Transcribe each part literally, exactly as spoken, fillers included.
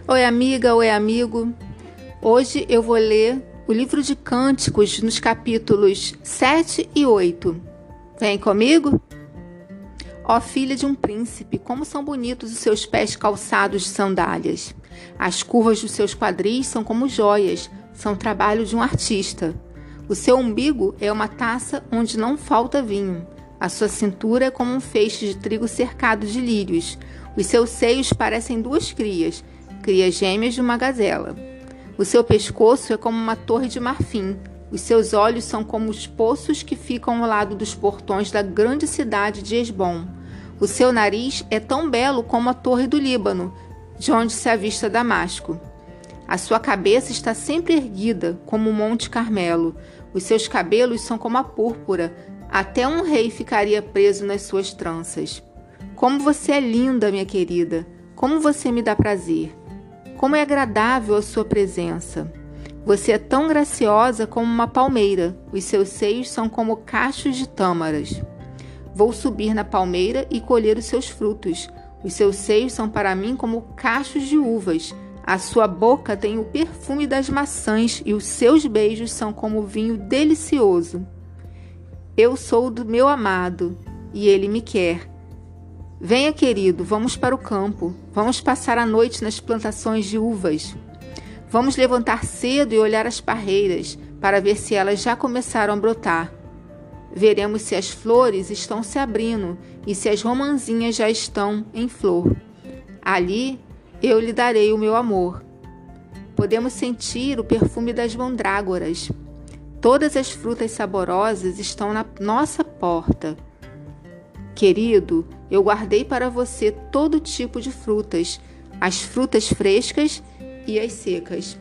Oi, amiga, oi, amigo. Hoje eu vou ler o livro de Cânticos nos capítulos sete e oito. Vem comigo? Ó filha de um príncipe, como são bonitos os seus pés calçados de sandálias. As curvas dos seus quadris são como joias, são trabalho de um artista. O seu umbigo é uma taça onde não falta vinho. A sua cintura é como um feixe de trigo cercado de lírios. Os seus seios parecem duas crias, crias gêmeas de uma gazela. O seu pescoço é como uma torre de marfim. Os seus olhos são como os poços que ficam ao lado dos portões da grande cidade de Hesbom. O seu nariz é tão belo como a torre do Líbano, de onde se avista Damasco. A sua cabeça está sempre erguida, como o Monte Carmelo. Os seus cabelos são como a púrpura. Até um rei ficaria preso nas suas tranças. Como você é linda, minha querida! Como você me dá prazer! Como é agradável a sua presença! Você é tão graciosa como uma palmeira. Os seus seios são como cachos de tâmaras. Vou subir na palmeira e colher os seus frutos. Os seus seios são para mim como cachos de uvas. A sua boca tem o perfume das maçãs e os seus beijos são como vinho delicioso. Eu sou do meu amado e ele me quer. Venha, querido, vamos para o campo. Vamos passar a noite nas plantações de uvas. Vamos levantar cedo e olhar as parreiras para ver se elas já começaram a brotar. Veremos se as flores estão se abrindo e se as romãzinhas já estão em flor. Ali eu lhe darei o meu amor. Podemos sentir o perfume das mandrágoras. Todas as frutas saborosas estão na nossa porta. Querido, eu guardei para você todo tipo de frutas, as frutas frescas e as secas.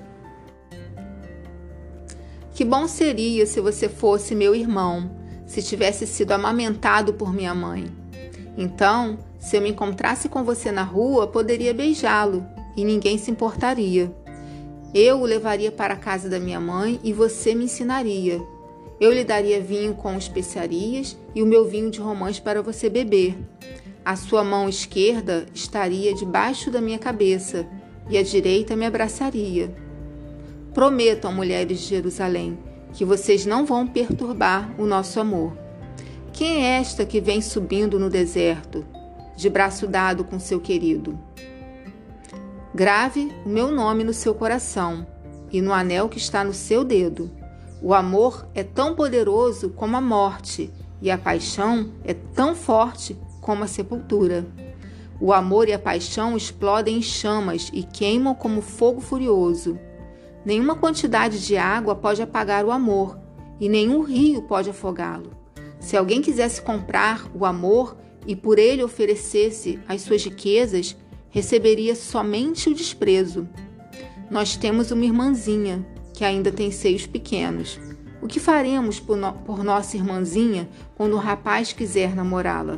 Que bom seria se você fosse meu irmão, se tivesse sido amamentado por minha mãe. Então, se eu me encontrasse com você na rua, poderia beijá-lo e ninguém se importaria. Eu o levaria para a casa da minha mãe e você me ensinaria. Eu lhe daria vinho com especiarias e o meu vinho de romãs para você beber. A sua mão esquerda estaria debaixo da minha cabeça e a direita me abraçaria. Prometam, mulheres de Jerusalém, que vocês não vão perturbar o nosso amor. Quem é esta que vem subindo no deserto, de braço dado com seu querido? Grave o meu nome no seu coração e no anel que está no seu dedo. O amor é tão poderoso como a morte, e a paixão é tão forte como a sepultura. O amor e a paixão explodem em chamas e queimam como fogo furioso. Nenhuma quantidade de água pode apagar o amor, e nenhum rio pode afogá-lo. Se alguém quisesse comprar o amor e por ele oferecesse as suas riquezas, receberia somente o desprezo. Nós temos uma irmãzinha que ainda tem seios pequenos. O que faremos por, no, por nossa irmãzinha quando o rapaz quiser namorá-la?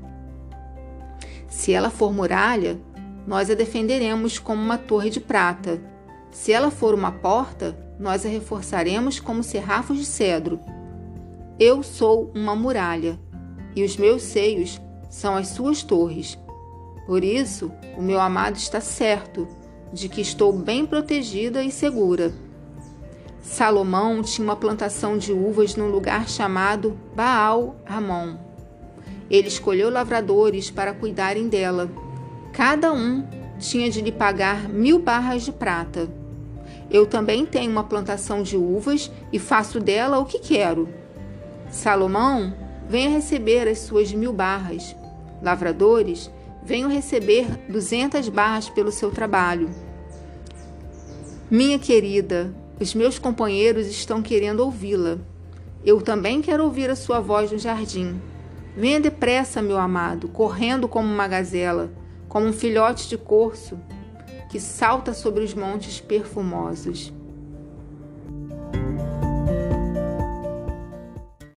Se ela for muralha, nós a defenderemos como uma torre de prata. Se ela for uma porta, nós a reforçaremos como serrafos de cedro. Eu sou uma muralha, e os meus seios são as suas torres. Por isso, o meu amado está certo de que estou bem protegida e segura. Salomão tinha uma plantação de uvas num lugar chamado Baal-Hamon. Ele escolheu lavradores para cuidarem dela. Cada um tinha de lhe pagar mil barras de prata. Eu também tenho uma plantação de uvas e faço dela o que quero. Salomão, venha receber as suas mil barras. Lavradores, venham receber duzentas barras pelo seu trabalho. Minha querida, os meus companheiros estão querendo ouvi-la. Eu também quero ouvir a sua voz no jardim. Venha depressa, meu amado, correndo como uma gazela, como um filhote de corso que salta sobre os montes perfumosos.